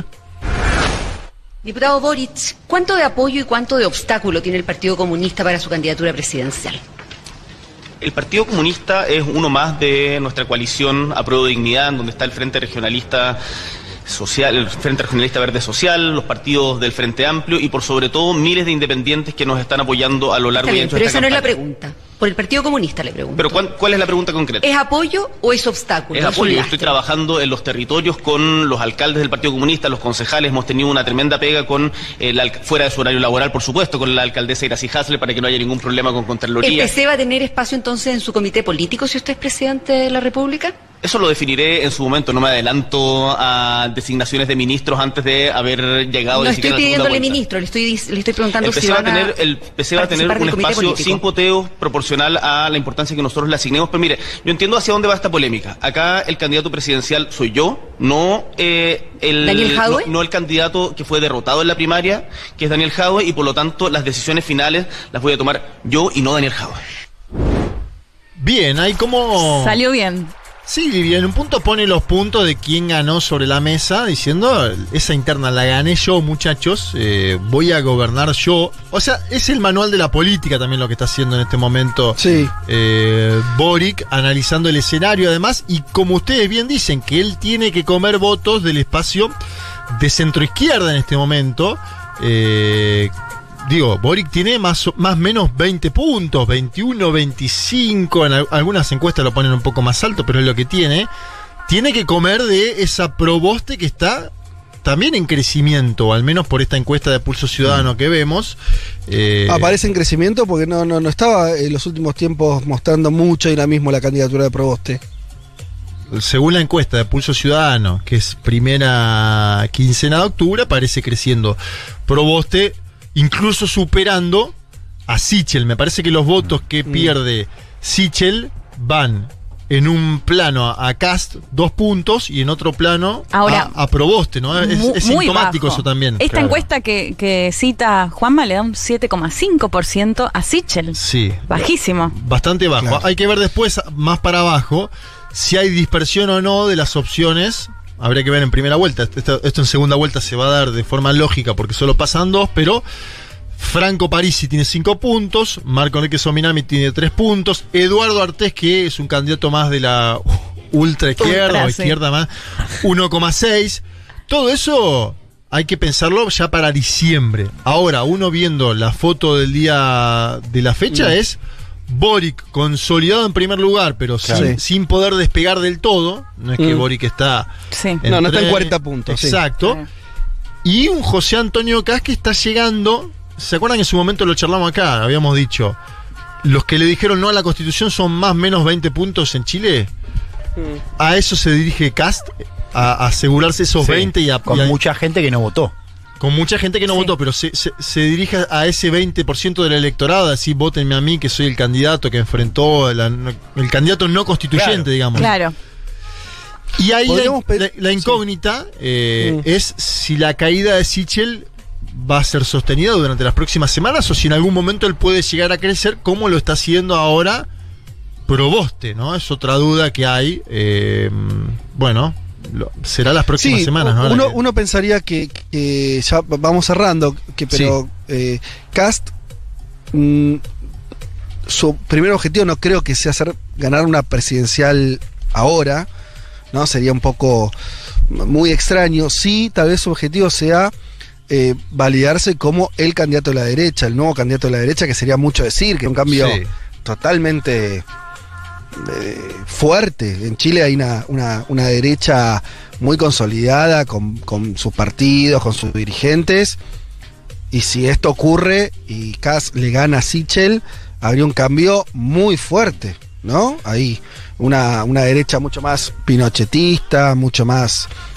[SPEAKER 11] Diputado Boric, ¿cuánto de apoyo y cuánto de obstáculo tiene el Partido Comunista para su candidatura presidencial?
[SPEAKER 12] El Partido Comunista es uno más de nuestra coalición Apruebo Dignidad, en donde está el Frente Regionalista Social, el Frente Regionalista Verde Social, los partidos del Frente Amplio y por sobre todo miles de independientes que nos están apoyando a lo largo
[SPEAKER 11] Está
[SPEAKER 12] y
[SPEAKER 11] bien,
[SPEAKER 12] ancho
[SPEAKER 11] pero
[SPEAKER 12] de esta
[SPEAKER 11] esa no es la
[SPEAKER 12] campaña.
[SPEAKER 11] pregunta. Por el Partido Comunista le pregunto.
[SPEAKER 12] Pero ¿cuál, cuál es la pregunta concreta?
[SPEAKER 11] ¿Es apoyo o es obstáculo?
[SPEAKER 12] Es
[SPEAKER 11] Es
[SPEAKER 12] apoyo.
[SPEAKER 11] un
[SPEAKER 12] Yo estoy
[SPEAKER 11] lastre.
[SPEAKER 12] trabajando en los territorios con los alcaldes del Partido Comunista, los concejales. Hemos tenido una tremenda pega con eh, la, alca- fuera de su horario laboral, por supuesto, con la alcaldesa Iracy Hasler para que no haya ningún problema con
[SPEAKER 11] ¿El
[SPEAKER 12] Contraloría.
[SPEAKER 11] P C va a tener espacio entonces en su comité político si usted es presidente de la República?
[SPEAKER 12] Eso lo definiré en su momento. No me adelanto a designaciones de ministros antes de haber llegado
[SPEAKER 11] No
[SPEAKER 12] ni
[SPEAKER 11] estoy
[SPEAKER 12] siquiera a la segunda
[SPEAKER 11] pidiéndole
[SPEAKER 12] vuelta.
[SPEAKER 11] ministro, le estoy, dic- le estoy preguntando
[SPEAKER 12] El P C
[SPEAKER 11] si
[SPEAKER 12] va a
[SPEAKER 11] van
[SPEAKER 12] tener, el P C va a tener
[SPEAKER 11] participar
[SPEAKER 12] un
[SPEAKER 11] del comité
[SPEAKER 12] espacio
[SPEAKER 11] político.
[SPEAKER 12] sin coteos proporcional a la importancia que nosotros le asignemos. Pero mire, yo entiendo hacia dónde va esta polémica. Acá el candidato presidencial soy yo, no eh, el
[SPEAKER 11] ¿Daniel
[SPEAKER 12] no,
[SPEAKER 11] Jadwe?
[SPEAKER 12] no el candidato que fue derrotado en la primaria, que es Daniel Jadwe, y por lo tanto las decisiones finales las voy a tomar yo y no Daniel Jadwe.
[SPEAKER 3] Bien, hay como...
[SPEAKER 5] Salió bien.
[SPEAKER 3] Sí, y en un punto pone los puntos de quién ganó sobre la mesa, diciendo, esa interna la gané yo, muchachos, eh, voy a gobernar yo. O sea, es el manual de la política también lo que está haciendo en este momento
[SPEAKER 2] Sí.
[SPEAKER 3] eh, Boric, analizando el escenario además, y como ustedes bien dicen, que él tiene que comer votos del espacio de centroizquierda en este momento. Eh, digo, Boric tiene más o más menos veinte puntos, veintiuno, veinticinco, en al- algunas encuestas lo ponen un poco más alto, pero es lo que tiene. Tiene que comer de esa proboste que está también en crecimiento, al menos por esta encuesta de Pulso Ciudadano que vemos. Eh,
[SPEAKER 2] Aparece en crecimiento porque no, no, no estaba en los últimos tiempos mostrando mucho dinamismo la candidatura de Proboste.
[SPEAKER 3] Según la encuesta de Pulso Ciudadano, que es primera quincena de octubre, aparece creciendo Proboste, incluso superando a Sichel. Me parece que los votos que pierde Sichel van en un plano a, a Cast, dos puntos, y en otro plano
[SPEAKER 5] Ahora,
[SPEAKER 3] a, a Proboste, ¿no? Es,
[SPEAKER 5] Mu-
[SPEAKER 3] es
[SPEAKER 5] muy
[SPEAKER 3] sintomático
[SPEAKER 5] bajo.
[SPEAKER 3] eso también.
[SPEAKER 5] Esta
[SPEAKER 3] Claro.
[SPEAKER 5] encuesta que, que cita Juanma le da un siete coma cinco por ciento a Sichel.
[SPEAKER 3] Sí.
[SPEAKER 5] Bajísimo.
[SPEAKER 3] Bastante bajo.
[SPEAKER 2] Claro.
[SPEAKER 3] Hay que ver después, más para abajo, si hay dispersión o no de las opciones. Habría que ver en primera vuelta. Esto, esto en segunda vuelta se va a dar de forma lógica porque solo pasan dos, pero Franco Parisi tiene cinco puntos, Marco Enrique Sominami tiene tres puntos, Eduardo Artés, que es un candidato más de la ultra izquierda
[SPEAKER 5] Ultra,
[SPEAKER 3] o
[SPEAKER 5] sí.
[SPEAKER 3] izquierda más, uno coma seis. Todo eso hay que pensarlo ya para diciembre. Ahora, uno viendo la foto del día de la fecha es Boric consolidado en primer lugar, pero
[SPEAKER 2] Claro.
[SPEAKER 3] sin,
[SPEAKER 2] Sí.
[SPEAKER 3] sin poder despegar del todo. No es que
[SPEAKER 2] Mm.
[SPEAKER 3] Boric está...
[SPEAKER 5] Sí.
[SPEAKER 2] No, no está en
[SPEAKER 3] tre-
[SPEAKER 2] cuarenta puntos, sí.
[SPEAKER 3] Exacto. Y un José Antonio Caz que está llegando. ¿Se acuerdan que en su momento lo charlamos acá? Habíamos dicho, los que le dijeron no a la Constitución son más o menos veinte puntos en Chile. A eso se dirige Cast, a, a asegurarse esos
[SPEAKER 4] Sí,
[SPEAKER 3] veinte y a,
[SPEAKER 4] con
[SPEAKER 3] y a-
[SPEAKER 4] mucha gente que no votó.
[SPEAKER 3] con mucha gente que no
[SPEAKER 5] Sí.
[SPEAKER 3] votó, pero se, se- se dirige a ese veinte por ciento del electorado, así votenme a mí que soy el candidato que enfrentó, la- el candidato no constituyente,
[SPEAKER 4] Claro.
[SPEAKER 3] digamos.
[SPEAKER 5] Claro.
[SPEAKER 3] Y ahí la,
[SPEAKER 2] Podríamos pe-
[SPEAKER 3] la- la incógnita eh,
[SPEAKER 2] Mm.
[SPEAKER 3] es si la caída de Sichel va a ser sostenida durante las próximas semanas o si en algún momento él puede llegar a crecer como lo está haciendo ahora Proboste, ¿no? Es otra duda que hay. eh, bueno, lo- será las próximas
[SPEAKER 2] Sí,
[SPEAKER 3] semanas, ¿no?
[SPEAKER 2] uno,
[SPEAKER 3] La que-
[SPEAKER 2] uno pensaría que, que ya vamos cerrando, que pero eh, Cast, mm, su primer objetivo no creo que sea hacer ganar una presidencial ahora, ¿no? Sería un poco muy extraño. Sí, tal vez su objetivo sea eh, validarse como el candidato de la derecha, el nuevo candidato de la derecha, que sería mucho decir, que es un cambio
[SPEAKER 3] Sí.
[SPEAKER 2] totalmente eh, fuerte. En Chile hay una, una, una derecha muy consolidada con, con sus partidos, con sus dirigentes. Y si esto ocurre y Kass le gana a Sichel, habría un cambio muy fuerte, ¿no? Ahí una, una derecha mucho más pinochetista, mucho más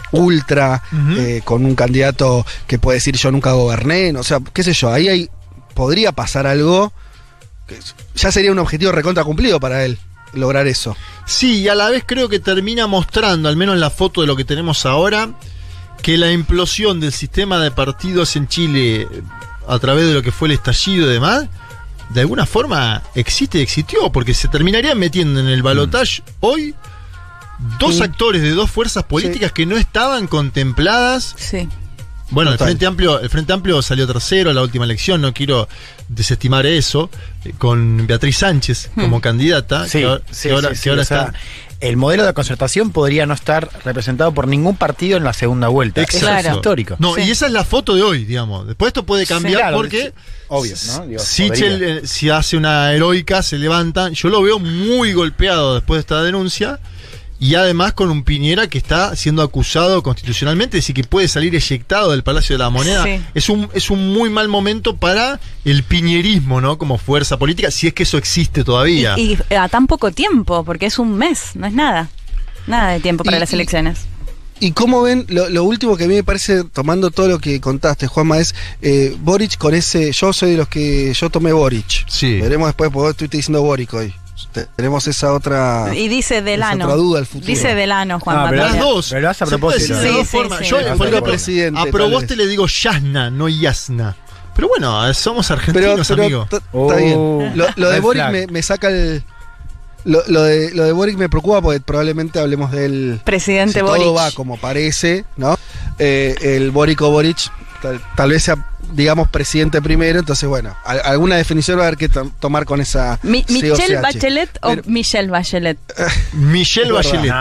[SPEAKER 2] ultra, uh-huh. eh, con un candidato que puede decir yo nunca goberné, o sea, qué sé yo, ahí hay, podría pasar algo que ya sería un objetivo recontra cumplido para él, lograr eso.
[SPEAKER 3] Sí, y a la vez creo que termina mostrando, al menos en la foto de lo que tenemos ahora, que la implosión del sistema de partidos en Chile a través de lo que fue el estallido y demás, de alguna forma existe y existió, porque se terminarían metiendo en el balotaje mm. hoy dos sí. actores de dos fuerzas políticas sí. que no estaban contempladas.
[SPEAKER 5] Sí.
[SPEAKER 3] Bueno, el Frente Amplio, el Frente Amplio salió tercero en la última elección, no quiero desestimar eso, eh, con Beatriz Sánchez hmm. como candidata.
[SPEAKER 4] Sí,
[SPEAKER 3] que,
[SPEAKER 4] sí,
[SPEAKER 3] que ahora,
[SPEAKER 4] sí,
[SPEAKER 3] que ahora
[SPEAKER 4] o
[SPEAKER 3] está.
[SPEAKER 4] Sea, el modelo de concertación podría no estar representado por ningún partido en la segunda vuelta.
[SPEAKER 3] Exacto.
[SPEAKER 4] Eso es histórico.
[SPEAKER 3] No,
[SPEAKER 5] sí.
[SPEAKER 3] y esa es la foto de hoy, digamos. Después esto puede cambiar sí, claro, porque.
[SPEAKER 4] Es obvio, ¿no? Digo,
[SPEAKER 3] Sichel, eh, si hace una heroica, se levanta. Yo lo veo muy golpeado después de esta denuncia. Y además con un Piñera que está siendo acusado constitucionalmente, es decir, que puede salir eyectado del Palacio de la Moneda. Sí. Es un, es un muy mal momento para el piñerismo, ¿no? Como fuerza política, si es que eso existe todavía.
[SPEAKER 5] Y, y a tan poco tiempo, porque es un mes, no es nada. Nada de tiempo para y, las elecciones.
[SPEAKER 2] Y, y cómo ven, lo, lo último que a mí me parece, tomando todo lo que contaste, Juanma, es eh, Boric con ese, yo soy de los que, yo tomé Boric.
[SPEAKER 3] Sí.
[SPEAKER 2] Veremos después, porque estoy diciendo Boric hoy. Tenemos esa otra.
[SPEAKER 5] Y dice Delano.
[SPEAKER 2] Otra duda al futuro.
[SPEAKER 5] Dice Delano, Juan.
[SPEAKER 3] Ah, pero las dos.
[SPEAKER 4] Pero lo hace a propósito.
[SPEAKER 3] Sí, sí, sí, sí. Yo, por ejemplo, presidente, a Proboste le digo Yasna, no Yasna. Pero bueno, somos argentinos, pero, pero amigo.
[SPEAKER 2] Está oh, bien. Lo, lo de Boric me, me saca el. Lo, lo, de, lo de Boric me preocupa porque probablemente hablemos del.
[SPEAKER 5] Presidente
[SPEAKER 2] si
[SPEAKER 5] Boric.
[SPEAKER 2] Todo va como parece, ¿no? Eh, el Boric o Boric, tal, tal vez sea, digamos, presidente primero. Entonces, bueno, a, alguna definición va a haber que to tomar con esa.
[SPEAKER 5] Mi, ¿Michelle Bachelet pero, o Michelle Bachelet?
[SPEAKER 3] Michelle Bachelet.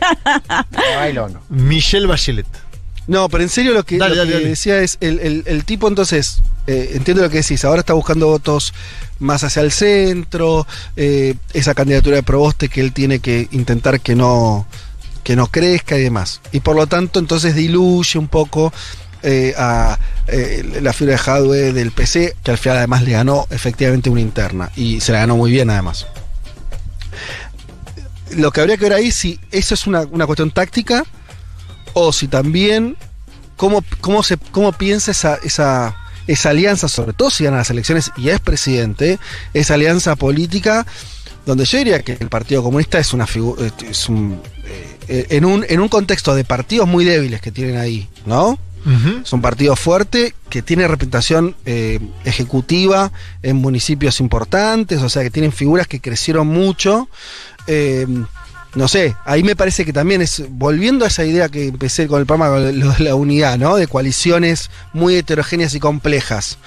[SPEAKER 4] No,
[SPEAKER 3] Michelle Bachelet.
[SPEAKER 2] No, pero en serio lo que,
[SPEAKER 3] dale,
[SPEAKER 2] lo
[SPEAKER 3] dale,
[SPEAKER 2] que
[SPEAKER 3] dale.
[SPEAKER 2] decía es, el, el, el tipo entonces, eh, entiendo lo que decís, ahora está buscando votos más hacia el centro, eh, esa candidatura de Proboste que él tiene que intentar que no, que no crezca y demás. Y por lo tanto entonces diluye un poco eh, a eh, la figura de Jadwe del P C, que al final además le ganó efectivamente una interna, y se la ganó muy bien además. Lo que habría que ver ahí si eso es una, una cuestión táctica, o si también, cómo, cómo, se, cómo piensa esa, esa, esa alianza, sobre todo si gana las elecciones y es presidente, esa alianza política, donde yo diría que el Partido Comunista es una figura, es un, eh, en, un, en un contexto de partidos muy débiles que tienen ahí, ¿no? Uh-huh. Es un partido fuerte que tiene representación eh, ejecutiva en municipios importantes, o sea que tienen figuras que crecieron mucho. Eh, No sé, ahí me parece que también es, volviendo a esa idea que empecé con el programa, con lo de la unidad, ¿no? De coaliciones muy heterogéneas y complejas.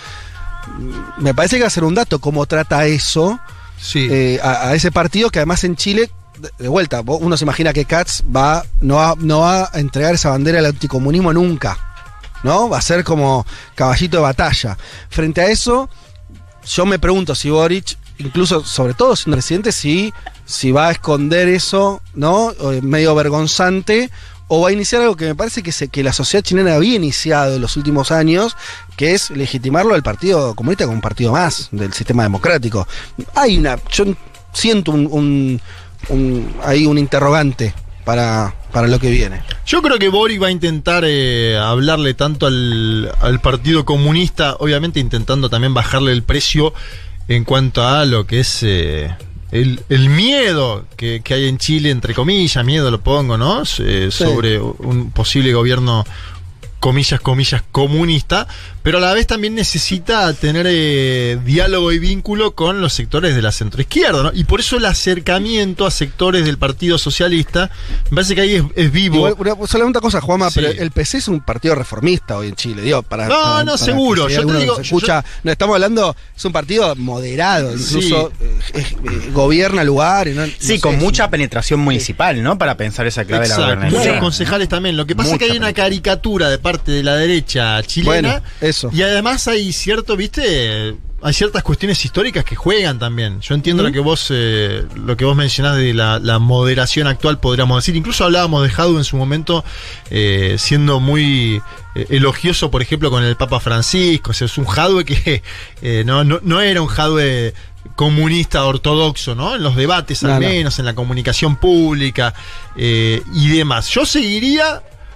[SPEAKER 2] Me parece que va a ser un dato cómo trata eso
[SPEAKER 3] sí.
[SPEAKER 2] eh, a, a ese partido que además en Chile, de, de vuelta, uno se imagina que Katz va, no, va, no va a entregar esa bandera al anticomunismo nunca, ¿no? Va a ser como caballito de batalla. Frente a eso, yo me pregunto si Boric, incluso, sobre todo siendo presidente, si, si va a esconder eso, ¿no? Medio vergonzante, o va a iniciar algo que me parece que, se, que la sociedad chilena había iniciado en los últimos años, que es legitimarlo al Partido Comunista como un partido más del sistema democrático. Hay una, yo siento un, un, un hay un interrogante para, para lo que viene.
[SPEAKER 3] Yo creo que Boric va a intentar eh, hablarle tanto al, al Partido Comunista, obviamente intentando también bajarle el precio en cuanto a lo que es eh, el, el miedo que, que hay en Chile, entre comillas, miedo lo pongo, ¿no? Eh, sobre sí. un posible gobierno, comillas, comillas, comunista, pero a la vez también necesita tener eh, diálogo y vínculo con los sectores de la centroizquierda, ¿no? Y por eso el acercamiento a sectores del Partido Socialista, me parece que ahí es, es vivo.
[SPEAKER 2] Igual, una, solamente una cosa, Juanma, sí. pero el P C es un partido reformista hoy en Chile, digo, para...
[SPEAKER 3] No,
[SPEAKER 2] para,
[SPEAKER 3] no,
[SPEAKER 2] para
[SPEAKER 3] seguro,
[SPEAKER 2] si
[SPEAKER 3] yo te digo...
[SPEAKER 2] Se escucha, yo, no, estamos hablando, es un partido moderado, incluso sí. eh, eh, gobierna lugares, ¿no?
[SPEAKER 4] Sí, no con sé, mucha sí. penetración municipal, ¿no? Para pensar esa clave
[SPEAKER 3] Exacto,
[SPEAKER 4] de la gobernación.
[SPEAKER 3] Muchos concejales también, lo que pasa Mucha es que hay una caricatura de parte de la derecha chilena,
[SPEAKER 2] bueno, eso.
[SPEAKER 3] Y además hay cierto, viste, hay ciertas cuestiones históricas que juegan también. Yo entiendo ¿Mm? lo que vos eh, lo que vos mencionás de la, la moderación actual, podríamos decir. Incluso hablábamos de Jadwe en su momento, eh, siendo muy eh, elogioso, por ejemplo, con el Papa Francisco. O sea, es un Jadwe que eh, no, no, no era un Jadwe comunista ortodoxo, ¿no? En los debates al no, menos, no. en la comunicación pública eh, y demás. Yo seguiría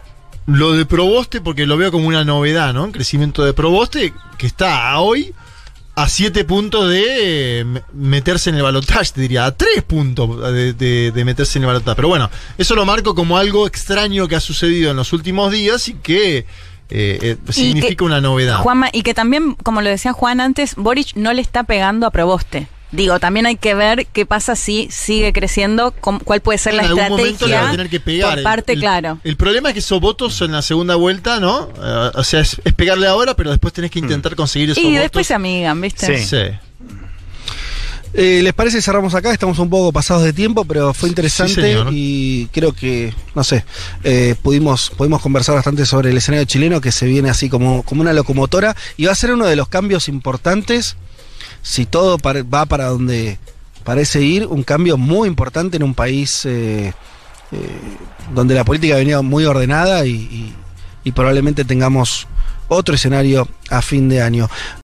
[SPEAKER 3] lo de Proboste, porque lo veo como una novedad, ¿no? Un crecimiento de Proboste que está hoy a siete puntos de eh, meterse en el balotaje, te diría, a tres puntos de, de, de meterse en el balotaje. Pero bueno, eso lo marco como algo extraño que ha sucedido en los últimos días y que eh, eh, significa que, una novedad.
[SPEAKER 5] Juanma, y que también, como lo decía Juan antes, Boric no le está pegando a Proboste. Digo, también hay que ver qué pasa si sigue creciendo, cuál puede ser la
[SPEAKER 3] en
[SPEAKER 5] estrategia.
[SPEAKER 3] En algún momento le va a tener que pegar.
[SPEAKER 5] Por parte,
[SPEAKER 3] el, el,
[SPEAKER 5] claro.
[SPEAKER 3] El problema es que esos votos en la segunda vuelta, ¿no? Uh, o sea, es, es pegarle ahora, pero después tenés que intentar conseguir esos
[SPEAKER 5] y
[SPEAKER 3] votos.
[SPEAKER 5] Y después se amigan, ¿viste?
[SPEAKER 3] Sí. sí.
[SPEAKER 2] Eh, ¿Les parece que cerramos acá? Estamos un poco pasados de tiempo, pero fue interesante
[SPEAKER 3] sí,
[SPEAKER 2] y creo que, no sé, eh, pudimos, pudimos conversar bastante sobre el escenario chileno que se viene así como, como una locomotora y va a ser uno de los cambios importantes si todo para, va para donde parece ir, un cambio muy importante en un país eh, eh, donde la política venía muy ordenada y, y, y probablemente tengamos otro escenario a fin de año.